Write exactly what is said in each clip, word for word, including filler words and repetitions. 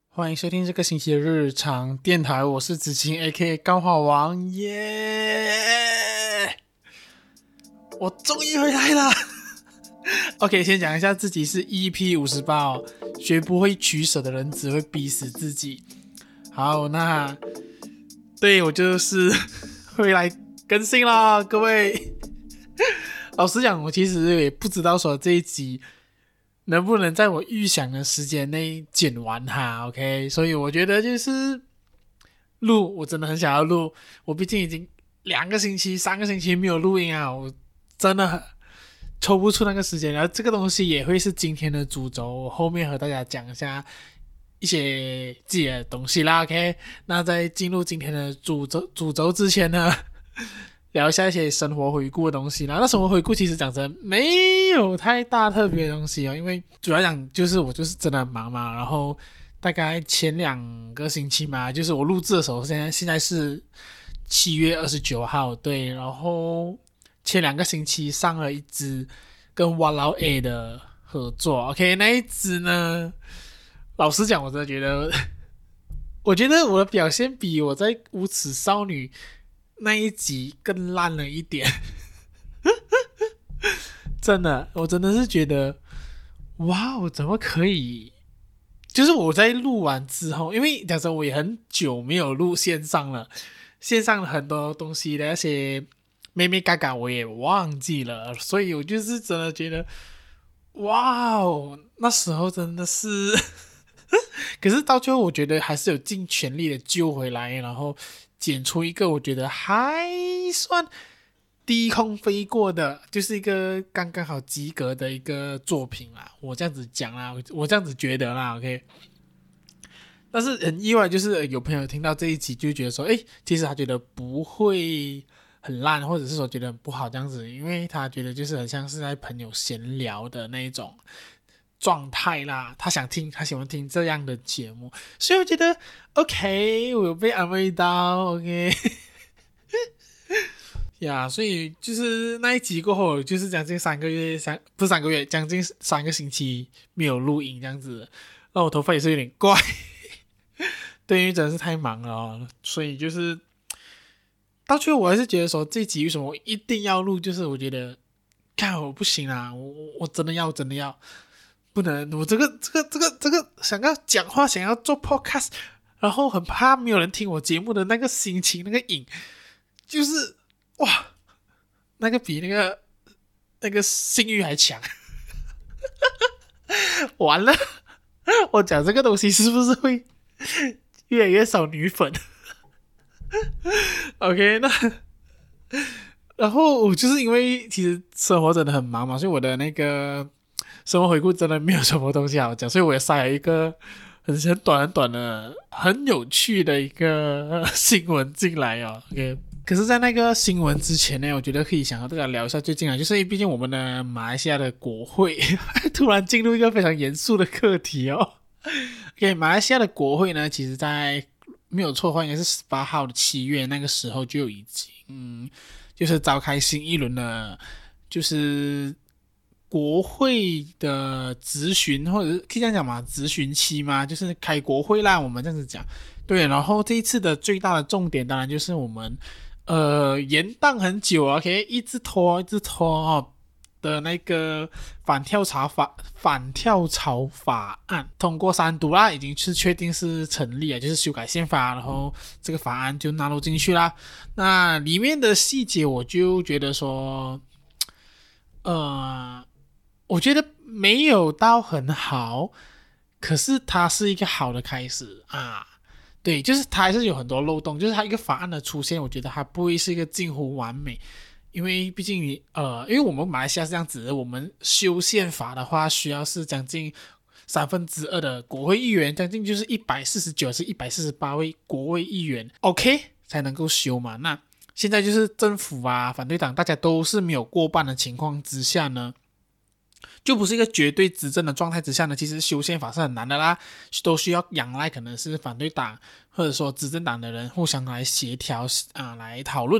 欢迎收听这个星期的日常电台，我是子晴 A K A 高话王耶！我终于回来了。OK， 先讲一下自己是 E P 五十八哦，学不会取舍的人只会逼死自己。好，那对我就是回来更新啦，各位。老实讲，我其实也不知道说这一集能不能在我预想的时间内剪完它 ，OK？ 所以我觉得就是录，我真的很想要录。我毕竟已经两个星期、三个星期没有录音啊，我真的很抽不出那个时间。然后这个东西也会是今天的主轴，我后面和大家讲一下一些自己的东西啦 ，OK？ 那在进入今天的主轴主轴之前呢，聊一下一些生活回顾的东西啦。那生活回顾其实讲真没有太大特别的东西哦，因为主要讲就是我就是真的很忙嘛，然后大概前两个星期嘛，就是我录制的时候，现在现在是七月二十九号，对，然后前两个星期上了一支跟哇老 A 的合作 ，OK， 那一支呢，老实讲，我真的觉得，我觉得我的表现比我在无耻少女那一集更烂了一点。真的，我真的是觉得，哇，我怎么可以？就是我在录完之后，因为讲真，我也很久没有录线上了，线上很多东西的那些妹妹嘎嘎我也忘记了，所以我就是真的觉得，哇哦，那时候真的是，可是到最后我觉得还是有尽全力的救回来，然后剪出一个我觉得还算低空飞过的，就是一个刚刚好及格的一个作品啦。我这样子讲啦，我这样子觉得啦 ，OK。但是很意外，就是有朋友听到这一集就觉得说，诶，其实他觉得不会很烂，或者是说觉得很不好这样子，因为他觉得就是很像是在朋友闲聊的那一种状态啦。他想听，他喜欢听这样的节目，所以我觉得 OK， 我有被安慰到 OK。呀，所以就是那一集过后，就是将近三个月，三不是三个月，将近三个星期没有录音这样子，那我头发也是有点怪。对，因为真的是太忙了哦，所以就是到最后我还是觉得说这集为什么我一定要录，就是我觉得看我不行啊，我我真的要真的要不能，我这个这个这个这个想要讲话，想要做 podcast， 然后很怕没有人听我节目的那个心情那个瘾，就是哇，那个比那个那个性欲还强。完了，我讲这个东西是不是会越来越少女粉？OK，那然后我就是因为其实生活真的很忙嘛，所以我的那个生活回顾真的没有什么东西好讲，所以我也塞了一个很很短很短的、很有趣的一个新闻进来哦。OK。可是，在那个新闻之前呢，我觉得可以想和大家聊一下最近啊，就是毕竟我们的马来西亚的国会突然进入一个非常严肃的课题哦。OK， 马来西亚的国会呢，其实在没有错的话，应该是十八号的七月那个时候就已经，嗯，就是召开新一轮的，就是国会的质询，或者是可以这样讲嘛，质询期嘛，就是开国会啦，我们这样子讲。对，然后这一次的最大的重点，当然就是我们。呃，延宕很久啊 ，OK， 一直拖，一直拖哦的那个反跳槽法反跳槽法案通过三读啦，已经是确定是成立了，就是修改宪法，然后这个法案就纳入进去啦。那里面的细节我就觉得说，呃，我觉得没有到很好，可是它是一个好的开始啊。对，就是它还是有很多漏洞，就是它一个法案的出现，我觉得它不会是一个近乎完美，因为毕竟你呃，因为我们马来西亚是这样子，我们修宪法的话需要是将近三分之二的国会议员，将近就是一百四十九还是一百四十八位国会议员 ，OK 才能够修嘛。那现在就是政府啊、反对党大家都是没有过半的情况之下呢。就不是一个绝对执政的状态之下呢，其实修宪法是很难的啦，都需要仰赖可能是反对党或者说执政党的人互相来协调啊，来讨论。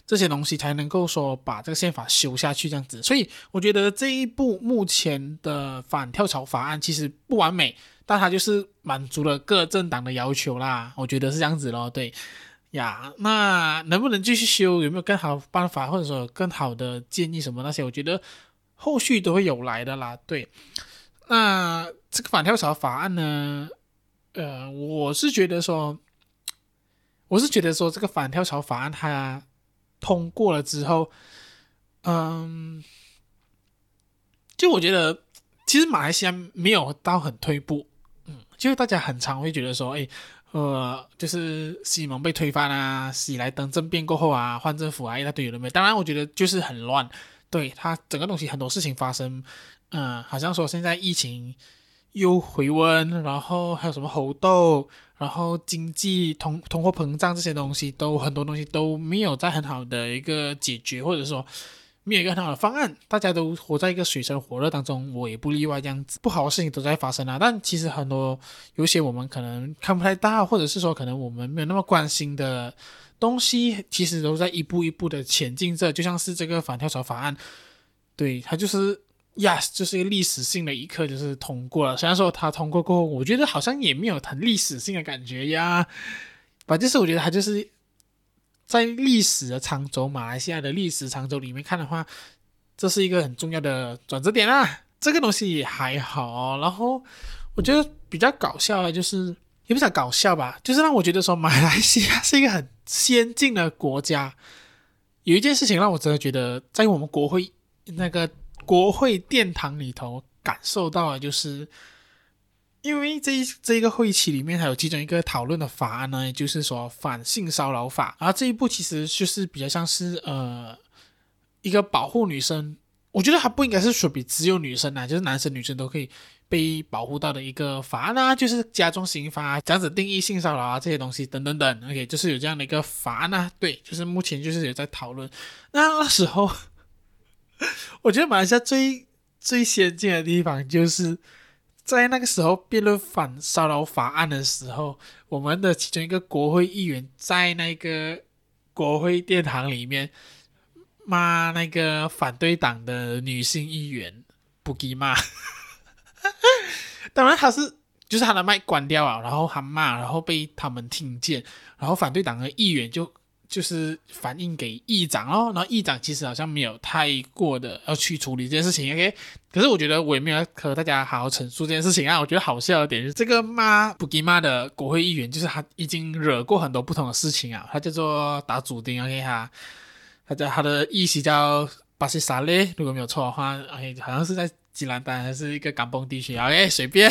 这些东西才能够说把这个宪法修下去这样子。所以我觉得这一部目前的反跳槽法案其实不完美，但它就是满足了各政党的要求啦，我觉得是这样子咯。对呀，那能不能继续修，有没有更好的办法，或者说更好的建议什么那些，我觉得后续都会有来的啦。对，那这个反跳槽法案呢，呃，我是觉得说，我是觉得说这个反跳槽法案它通过了之后，嗯，就我觉得其实马来西亚没有到很退步，嗯，就是大家很常会觉得说，哎，呃，就是西蒙被推翻啊，喜来登政变过后啊，换政府啊，一大堆有的没有。当然，我觉得就是很乱，对它整个东西很多事情发生，嗯、好像说现在疫情又回温，然后还有什么猴痘，然后经济通通货膨胀这些东西都很多东西都没有在很好的一个解决，或者说没有一个很好的方案，大家都活在一个水深火热当中，我也不例外，这样子不好的事情都在发生啊。但其实很多有些我们可能看不太到，或者是说可能我们没有那么关心的东西，其实都在一步一步的前进着，就像是这个反跳槽法案，对，它就是 yes， 就是一个历史性的一刻，就是通过了。虽然说它通过过后，我觉得好像也没有很历史性的感觉呀，反正就是我觉得它就是在历史的长轴，马来西亚的历史长轴里面看的话，这是一个很重要的转折点啊。这个东西也还好哦。然后我觉得比较搞笑的就是，也不是搞笑吧，就是让我觉得说马来西亚是一个很先进的国家。有一件事情让我真的觉得，在我们国会那个国会殿堂里头感受到的就是。因为这一这一个会期里面还有其中一个讨论的法案呢，也就是说反性骚扰法，然后这一步其实就是比较像是呃一个保护女生，我觉得它不应该是属于只有女生啊，就是男生女生都可以被保护到的一个法案啊，就是加重刑罚啊，这样子定义性骚扰啊这些东西等等等 ，OK， 就是有这样的一个法案啊，对，就是目前就是有在讨论。那那时候我觉得马来西亚最最先进的地方就是。在那个时候辩论反骚扰法案的时候，我们的其中一个国会议员在那个国会殿堂里面骂那个反对党的女性议员不给骂，当然他是就是他的麦关掉了，然后他骂，然后被他们听见，然后反对党的议员就就是反映给议长哦，然后议长其实好像没有太过的要去处理这件事情 ，OK。可是我觉得我也没有和大家好好陈述这件事情啊。我觉得好笑的点就是这个骂布吉骂的国会议员，就是他已经惹过很多不同的事情啊。他叫做打主丁 ，OK 哈，他叫他的义息叫巴西沙勒，如果没有错的话，OK 好像是在吉兰丹还是一个港崩地区 ，OK 随便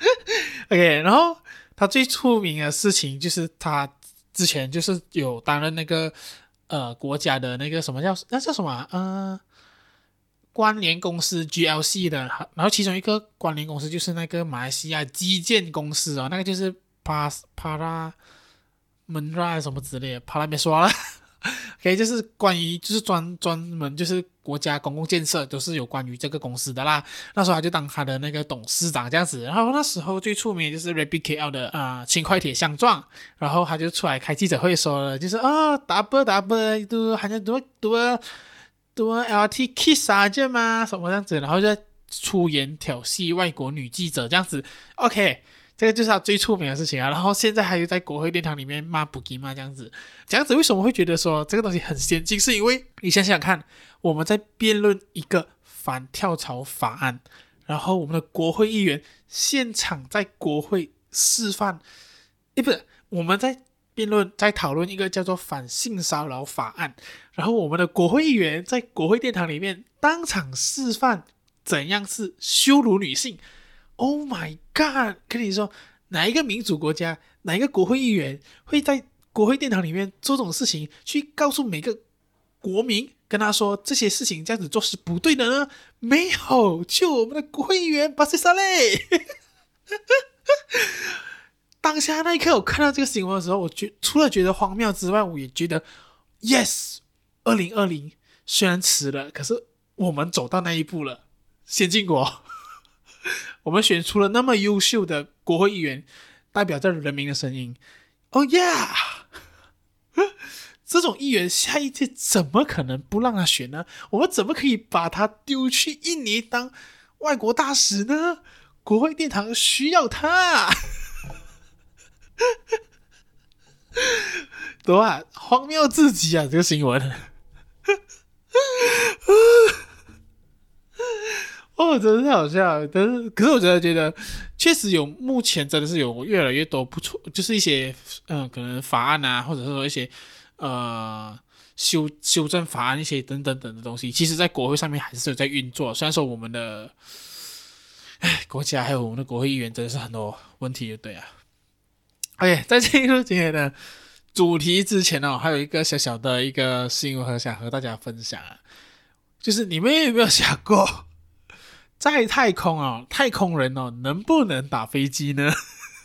，OK。然后他最出名的事情就是他之前就是有担任那个呃国家的那个什么叫那叫什么啊呃。关联公司 G L C 的，然后其中一个关联公司就是那个马来西亚基建公司哦，那个就是帕帕拉门拉什么之类的，帕拉没说了。OK， 就是关于就是专专门就是国家公共建设都是有关于这个公司的啦。那时候他就当他的那个董事长这样子，然后那时候最出名的就是 Rapid K L 的啊、呃、轻快铁相撞，然后他就出来开记者会说了，就是啊 double double 都好像多多。多 L T kiss 啊这嘛什么这样子，然后就出言挑衅外国女记者这样子 ，OK， 这个就是他最出名的事情啊。然后现在还有在国会殿堂里面骂布吉骂这样子，这样子为什么会觉得说这个东西很先进？是因为你想想看，我们在辩论一个反跳槽法案，然后我们的国会议员现场在国会示范，诶不是我们在。辩论在讨论一个叫做反性骚扰法案，然后我们的国会议员在国会殿堂里面当场示范怎样是羞辱女性。Oh my god！ 跟你说，哪一个民主国家，哪一个国会议员会在国会殿堂里面做这种事情，去告诉每个国民，跟他说这些事情这样子做是不对的呢？没有，就我们的国会议员巴西萨勒。当下那一刻，我看到这个新闻的时候，我觉除了觉得荒谬之外，我也觉得 yes， 二零二零虽然迟了，可是我们走到那一步了，先进国，我们选出了那么优秀的国会议员，代表着人民的声音。Oh yeah， 这种议员下一届怎么可能不让他选呢？我们怎么可以把他丢去印尼当外国大使呢？国会殿堂需要他。对吧？荒谬至极啊！这个新闻。哦，真的是好笑。但是，可是我真的觉得，确实有目前真的是有越来越多不错，就是一些嗯、呃，可能法案啊，或者是说一些呃修修正法案一些等等等的东西，其实在国会上面还是有在运作。虽然说我们的唉国家还有我们的国会议员真的是很多问题，就对啊。OK， 在进入今天的主题之前哦，还有一个小小的一个新闻想和大家分享啊，就是你们有没有想过？在太空哦，太空人哦，能不能打飞机呢？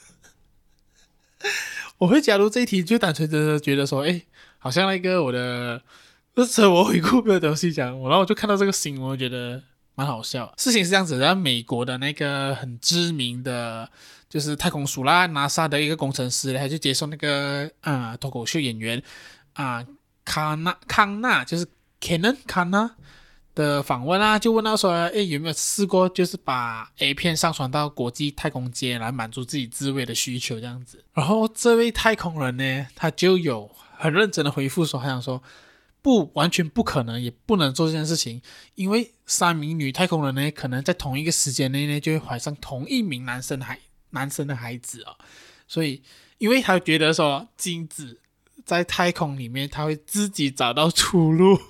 我会加入这一题，就单纯的觉得说，哎，好像那个我的日程我回顾没有东西讲，然后我就看到这个新闻，我觉得蛮好笑。事情是这样子的，美国的那个很知名的，就是太空署啦 ，NASA 的一个工程师，他就接受那个啊脱口秀演员啊康纳康纳，就是 Kenan 康纳。的访问啊，就问到说，诶，有没有试过就是把 A 片上传到国际太空间来满足自己自慰的需求这样子？然后这位太空人呢，他就有很认真的回复说，他想说不，完全不可能，也不能做这件事情，因为三名女太空人呢，可能在同一个时间内呢就会怀上同一名男生孩男生的孩子哦，所以因为他觉得说精子在太空里面，他会自己找到出路。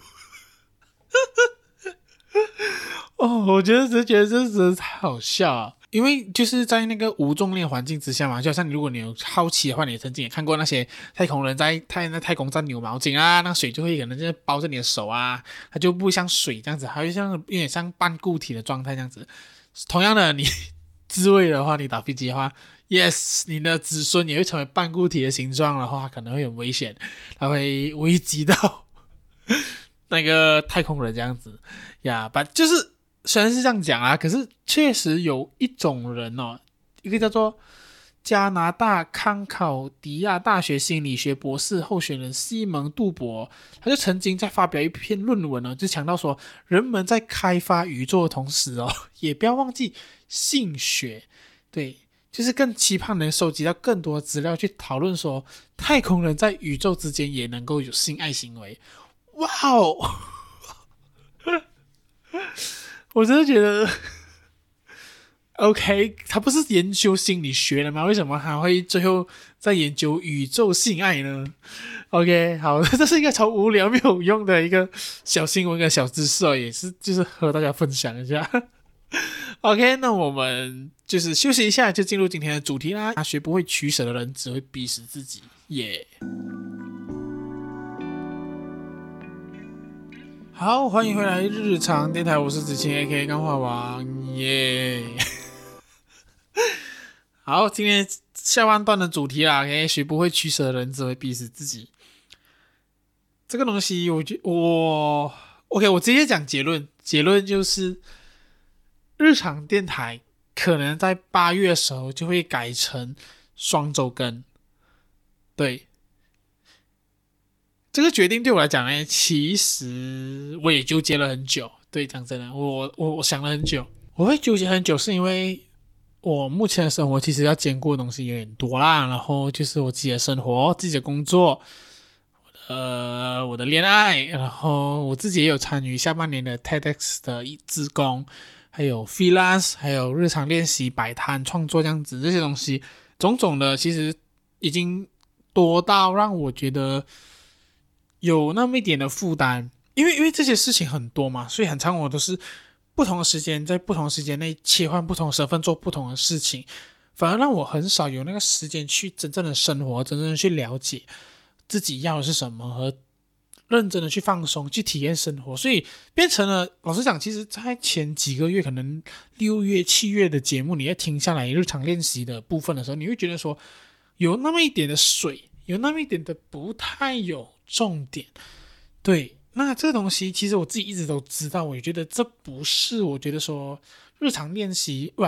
哦，我觉得只觉得这真的太好笑啊！因为就是在那个无重力环境之下嘛，就好像如果你有好奇的话，你曾经也看过那些太空人在太在太空站扭毛巾啊，那水就会可能就包着你的手啊，它就不会像水这样子，还会像有点像半固体的状态这样子。同样的，你自慰的话，你打飞机的话 ，yes， 你的子孙也会成为半固体的形状的话，可能会很危险，它会危及到那个太空人这样子呀，把就是虽然是这样讲啊，可是确实有一种人哦，一个叫做加拿大康考迪亚大学心理学博士候选人西蒙杜博，他就曾经在发表一篇论文呢，就强调说，人们在开发宇宙的同时哦，也不要忘记性学，对，就是更期盼能收集到更多资料去讨论说，太空人在宇宙之间也能够有性爱行为。哇哦！我真的觉得 ，OK， 他不是研究心理学的吗？为什么还会最后在研究宇宙性爱呢 ？OK， 好，这是一个超无聊没有用的一个小新闻跟小知识哦，也是就是和大家分享一下。OK， 那我们就是休息一下，就进入今天的主题啦。学不会取舍的人，只会逼死自己。耶、yeah！好，欢迎回来日常电台，我是子清 A K A 钢化王，耶、yeah ！好，今天下半段的主题啦 ，OK， 学不会取舍的人只会逼死自己。这个东西，我觉我 OK， 我直接讲结论，结论就是日常电台可能在八月的时候就会改成双周更，对。这个决定对我来讲呢，其实我也纠结了很久。对，讲真的，我我我想了很久，我会纠结很久，是因为我目前的生活其实要兼顾的东西有点多啦。然后就是我自己的生活、自己的工作，呃，我的恋爱，然后我自己也有参与下半年的 TEDx 的志工，还有 freelance， 还有日常练习、摆摊、创作这样子这些东西，种种的其实已经多到让我觉得有那么一点的负担，因为因为这些事情很多嘛，所以很常我都是不同的时间在不同的时间内切换不同的身份做不同的事情，反而让我很少有那个时间去真正的生活，真正的去了解自己要的是什么，和认真的去放松，去体验生活，所以变成了老实讲，其实在前几个月，可能六月、七月的节目，你在听下来日常练习的部分的时候，你会觉得说有那么一点的水，有那么一点的不太有重点。对，那这个东西其实我自己一直都知道，我也觉得这不是我觉得说日常练习不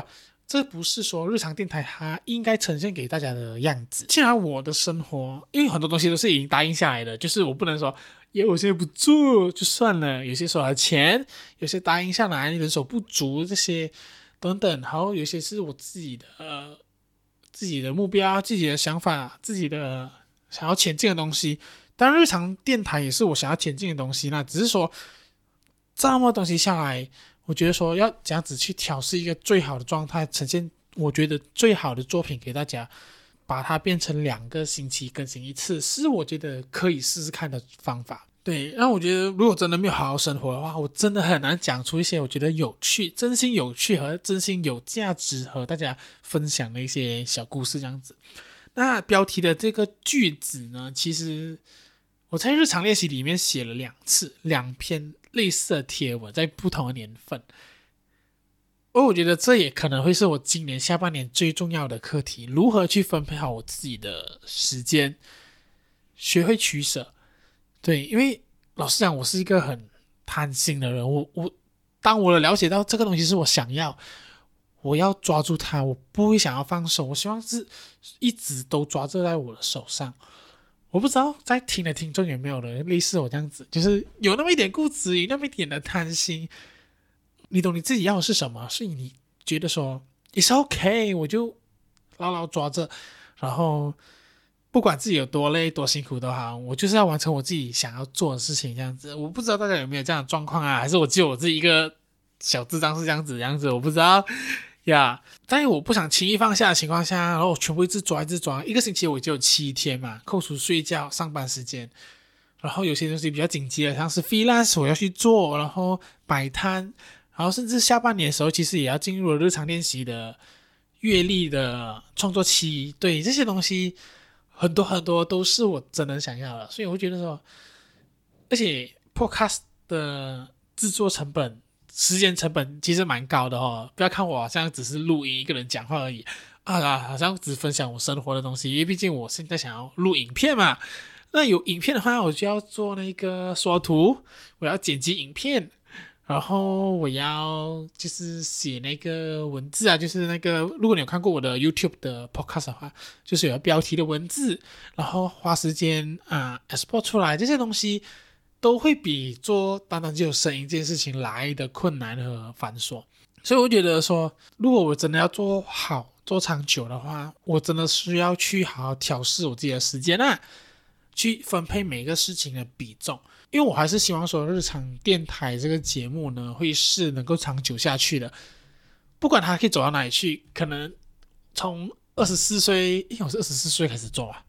这不是说日常电台它应该呈现给大家的样子。既然我的生活，因为很多东西都是已经答应下来的，就是我不能说，因为我现在不做就算了，有些收了钱，有些答应下来人手不足这些等等，还有有些是我自己的、呃、自己的目标、自己的想法、自己的想要前进的东西。当然日常电台也是我想要前进的东西，那只是说这么东西下来，我觉得说要这样子去调试一个最好的状态，呈现我觉得最好的作品给大家，把它变成两个星期更新一次，是我觉得可以试试看的方法。对，那我觉得如果真的没有好好生活的话，我真的很难讲出一些我觉得有趣、真心有趣和真心有价值和大家分享的一些小故事这样子。那标题的这个句子呢，其实我在日常练习里面写了两次，两篇类似的贴文，在不同的年份。而我觉得这也可能会是我今年下半年最重要的课题，如何去分配好我自己的时间，学会取舍。对，因为老实讲，我是一个很贪心的人，我我当我了解到这个东西是我想要，我要抓住它，我不会想要放手，我希望是一直都抓着在我的手上。我不知道在听的听众有没有人类似我这样子，就是有那么一点固执，有那么一点的贪心。你懂你自己要的是什么，所以你觉得说 it's OK， 我就牢牢抓着，然后不管自己有多累多辛苦都好，我就是要完成我自己想要做的事情这样子。我不知道大家有没有这样的状况啊，还是我只有我自己一个小智障是这样子这样子，我不知道呀。Yeah， 但是我不想轻易放下的情况下，然后我全部一直抓一直抓，一个星期我就有七天嘛，扣除睡觉上班时间，然后有些东西比较紧急的，像是 freelance 我要去做，然后摆摊，然后甚至下半年的时候其实也要进入了日常练习的阅历的创作期。对，这些东西很多很多都是我真的想要的，所以我觉得说，而且 podcast 的制作成本时间成本其实蛮高的哦，不要看我好像只是录音一个人讲话而已啊，好像只分享我生活的东西，因为毕竟我现在想要录影片嘛。那有影片的话，我就要做那个刷图，我要剪辑影片，然后我要就是写那个文字啊，就是那个如果你有看过我的 YouTube 的 podcast 的话，就是有标题的文字，然后花时间啊 export 出来，这些东西都会比做单单只有声音这件事情来的困难和繁琐。所以我觉得说，如果我真的要做好做长久的话，我真的需要去好好调试我自己的时间啊，去分配每个事情的比重。因为我还是希望说日常电台这个节目呢会是能够长久下去的，不管它可以走到哪里去，可能从二十四岁，因为我是二十四岁开始做啊，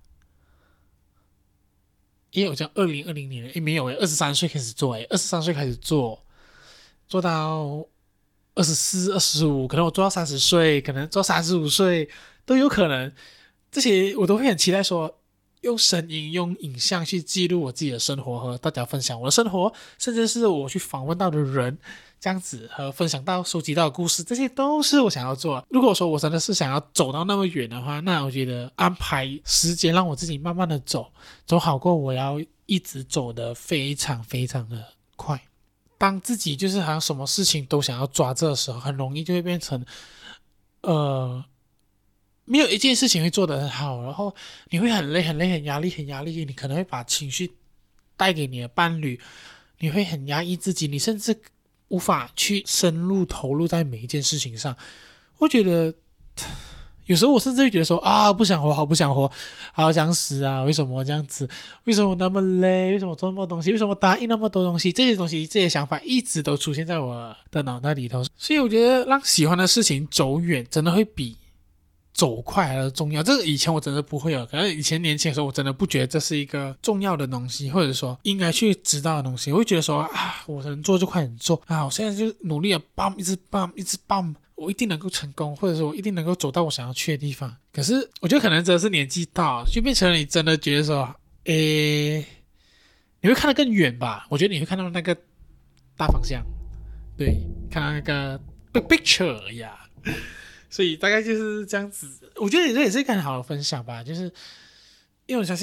因为我讲二零二零年诶没有诶，二十三岁开始做诶，二十三岁开始做，做到二十四、二十五，可能我做到三十岁，可能做三十五岁都有可能，这些我都会很期待说。用声音、用影像去记录我自己的生活，和大家分享我的生活，甚至是我去访问到的人，这样子和分享到、收集到的故事，这些都是我想要做的。如果说我真的是想要走到那么远的话，那我觉得安排时间让我自己慢慢的走，走好过我要一直走得非常非常的快。当自己就是好像什么事情都想要抓着的时候，很容易就会变成，呃。没有一件事情会做得很好，然后你会很累很累很压力很压力，你可能会把情绪带给你的伴侣，你会很压抑自己，你甚至无法去深入投入在每一件事情上。我觉得有时候我甚至会觉得说啊，不想活，好不想活，好想死啊！为什么这样子？为什么那么累？为什么做那么多东西？为什么答应那么多东西？这些东西这些想法一直都出现在我的脑袋里头，所以我觉得让喜欢的事情走远，真的会比走快还是重要。这个以前我真的不会有，可能以前年轻的时候我真的不觉得这是一个重要的东西，或者说应该去知道的东西。我会觉得说啊，我能做就快点做啊，我现在就努力的 bam 一直 bam 一直 bam， 我一定能够成功，或者说我一定能够走到我想要去的地方。可是我觉得可能真的是年纪大，就变成了你真的觉得说诶，你会看得更远吧。我觉得你会看到那个大方向，对，看到那个 big picture 呀、yeah。所以大概就是这样子，我觉得这也是一个很好的分享吧，就是因为我相信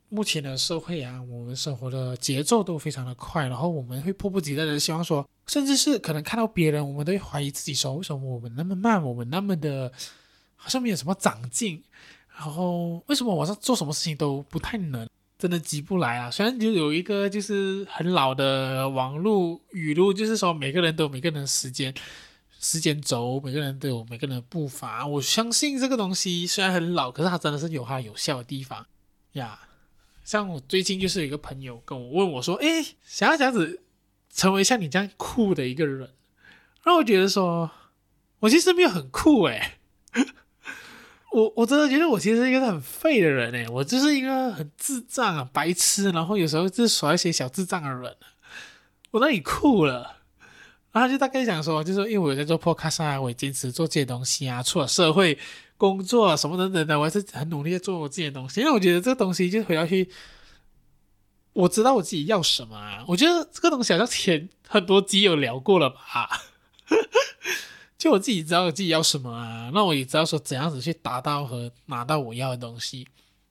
目前的社会啊，我们生活的节奏都非常的快，然后我们会迫不及待的希望说，甚至是可能看到别人，我们都会怀疑自己说，为什么我们那么慢，我们那么的，好像没有什么长进，然后为什么我在做什么事情都不太能，真的急不来啊。虽然就有一个就是很老的网络语录，就是说每个人都有每个人的时间。时间轴，每个人都有每个人的步伐。我相信这个东西虽然很老，可是它真的是有它有效的地方呀。像我最近就是有一个朋友跟我问我说：“诶，想要这样子成为像你这样酷的一个人。”让我觉得说，我其实没有很酷诶。我我真的觉得我其实是一个很废的人诶，我就是一个很智障啊、白痴，然后有时候就是耍一些小智障的人。我那里酷了。然后他就大概讲说，就是因为我有在做 podcast 啊，我也坚持做这些东西啊，出了社会工作什么等等的，我还是很努力的做我自己的东西。因为我觉得这个东西就回到去，我知道我自己要什么啊。我觉得这个东西好像前很多集有聊过了吧，就我自己知道我自己要什么啊，那我也知道说怎样子去达到和拿到我要的东西。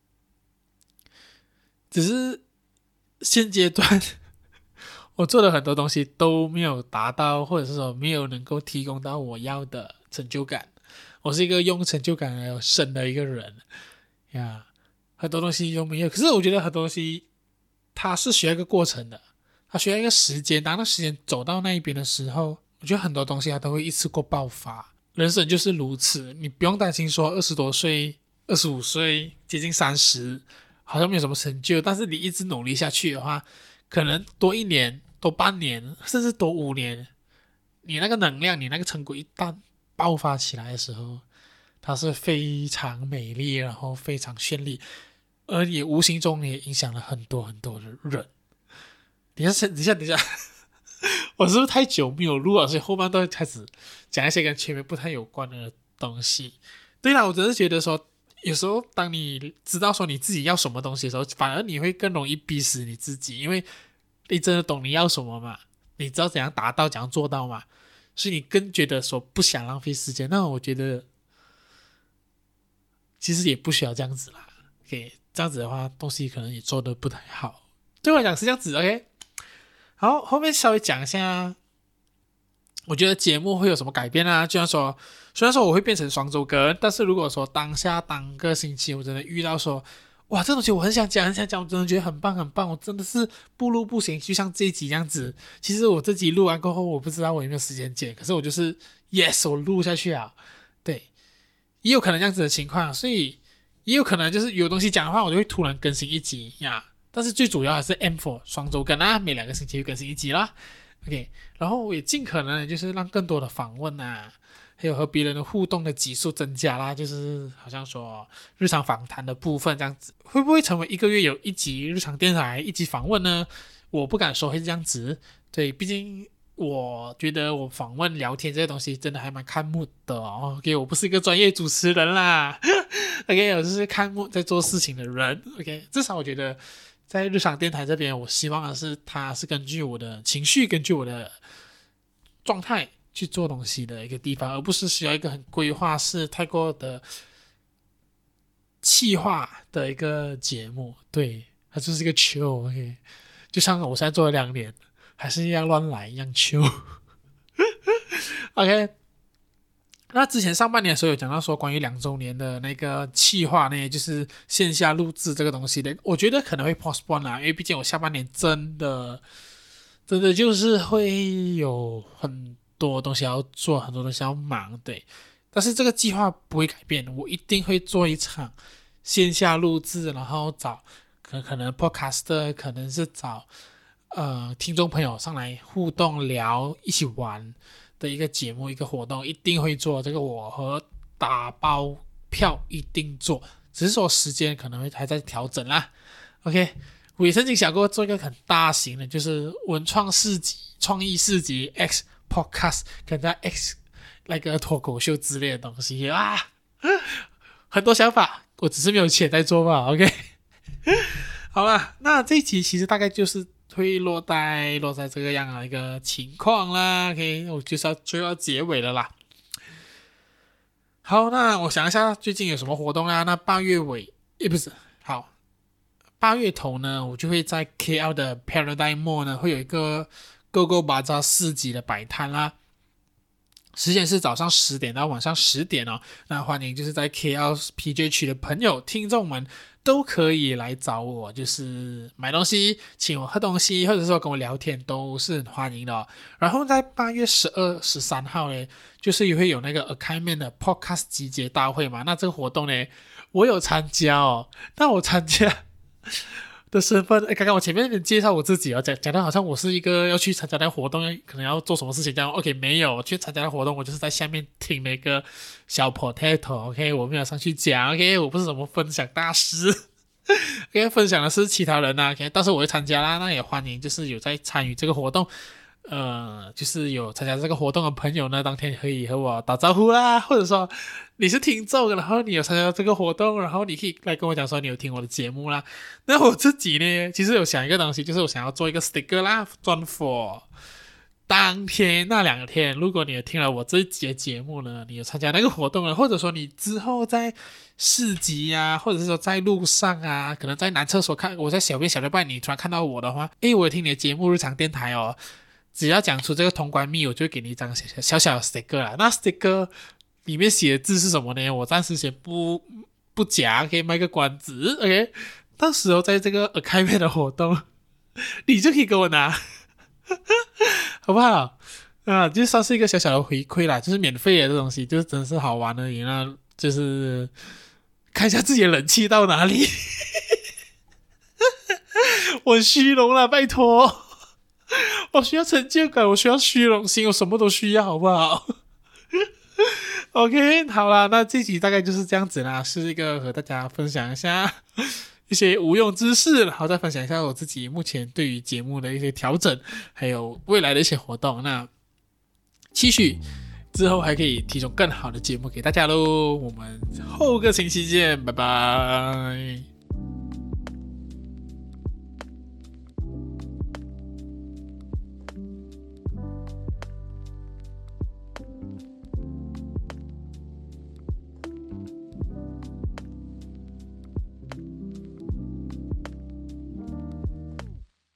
只是现阶段。我做的很多东西都没有达到，或者是说没有能够提供到我要的成就感。我是一个用成就感来生的一个人呀，很多东西都没有。可是我觉得很多东西它是需要一个过程的，它需要一个时间。当那时间走到那一边的时候，我觉得很多东西它都会一次过爆发。人生就是如此，你不用担心说二十多岁、二十五岁、接近三十，好像没有什么成就，但是你一直努力下去的话，可能多一年。多半年，甚至多五年，你那个能量，你那个成果一旦爆发起来的时候，它是非常美丽，然后非常绚丽，而也无形中也影响了很多很多的人。等一下，等一下，等一下，我是不是太久没有录了，所以后半段开始讲一些跟前面不太有关的东西？对啦，我只是觉得说，有时候当你知道说你自己要什么东西的时候，反而你会更容易逼死你自己，因为你真的懂你要什么嘛？你知道怎样达到，怎样做到嘛？所以你更觉得说不想浪费时间。那我觉得其实也不需要这样子啦。OK， 这样子的话，东西可能也做得不太好。对我来讲是这样子。OK， 好，后面稍微讲一下，我觉得节目会有什么改变啊？就像说，虽然说我会变成双周更，但是如果说当下当个星期我真的遇到说。哇，这东西我很想讲，很想讲，我真的觉得很棒，很棒。我真的是不录不行，就像这一集这样子。其实我这集录完过后，我不知道我有没有时间剪，可是我就是 yes， 我录下去啊。对，也有可能这样子的情况，所以也有可能就是有东西讲的话，我就会突然更新一集呀。但是最主要还是 M 四 双周更啊，每两个星期更新一集啦。OK， 然后我也尽可能就是让更多的访问啊。还有和别人的互动的级数增加啦，就是好像说日常访谈的部分这样子，会不会成为一个月有一集日常电台一集访问呢？我不敢说会这样子，对，毕竟我觉得我访问聊天这些东西真的还蛮看目的哦。OK， 我不是一个专业主持人啦，OK， 我就是看目在做事情的人。OK， 至少我觉得在日常电台这边，我希望的是它是根据我的情绪，根据我的状态。去做东西的一个地方，而不是需要一个很规划式、太过的企划的一个节目。对，它就是一个 chill。OK， 就像我现在做了两年，还是一样乱来，一样 chill。OK， 那之前上半年的时候有讲到说关于两周年的那个企划呢，就是线下录制这个东西的，我觉得可能会 postpone 啦，因为毕竟我下半年真的真的就是会有很。多东西要做，很多东西要忙，对。但是这个计划不会改变，我一定会做一场线下录制，然后找可可能 podcaster， 可能是找呃听众朋友上来互动聊，一起玩的一个节目，一个活动，一定会做。这个我和打包票一定做，只是说时间可能会还在调整啦。OK， 我也曾经想过做一个很大型的，就是文创市集、创意市集 X。podcast 跟在 X 那个脱口秀之类的东西啊，很多想法，我只是没有钱在做吧。OK， 好了，那这一期其实大概就是会落在落在这个样的一个情况啦。OK， 我就是要最后结尾了啦。好，那我想一下最近有什么活动啊？那八月尾也不是好， 八月头呢，我就会在 K L 的 Paradigm Mall 呢，会有一个 Gogo Bazaar 市集的摆摊啦。时间是早上十点到晚上十点哦。那欢迎就是在 K L P J 区的朋友、听众们都可以来找我，就是买东西、请我喝东西，或者说跟我聊天，都是很欢迎的哦。然后在八月十二、十三号呢，就是也会有那个 Acaimen 的 Podcast 集结大会嘛。那这个活动呢，我有参加哦。那我参加的身份，刚刚我前面介绍我自己哦，讲讲的好像我是一个要去参加那个活动，可能要做什么事情这样。OK， 没有，我去参加的活动，我就是在下面听那个小 potato。OK， 我没有上去讲。OK， 我不是什么分享大师。OK， 分享的是其他人啊。OK， 但是我会参加啦，那也欢迎就是有在参与这个活动。呃，就是有参加这个活动的朋友呢，当天可以和我打招呼啦，或者说你是听众，然后你有参加这个活动，然后你可以来跟我讲说你有听我的节目啦。那我自己呢，其实有想一个东西，就是我想要做一个 sticker 啦，专 for 当天那两天，如果你有听了我这一节节目呢，你有参加那个活动了，或者说你之后在市集啊，或者是说在路上啊，可能在男厕所看我在小便小便半，你突然看到我的话，诶，我有听你的节目日常电台哦。只要讲出这个通关密，我就会给你一张小小的 sticker 啦。那 sticker 里面写的字是什么呢？我暂时先不不讲，可以卖个关子。OK， 到时候在这个 Acaimen 的活动，你就可以给我拿，好不好？啊，就算是一个小小的回馈啦，就是免费的这东西，就是真的是好玩而已。那就是看一下自己的人气到哪里。我很虚荣啦，拜托。我需要成就感，我需要虚荣心，我什么都需要，好不好？OK， 好啦，那这集大概就是这样子啦，是一个和大家分享一下一些无用知识，然后再分享一下我自己目前对于节目的一些调整，还有未来的一些活动。那期许之后还可以提供更好的节目给大家咯。我们后个星期见，拜拜。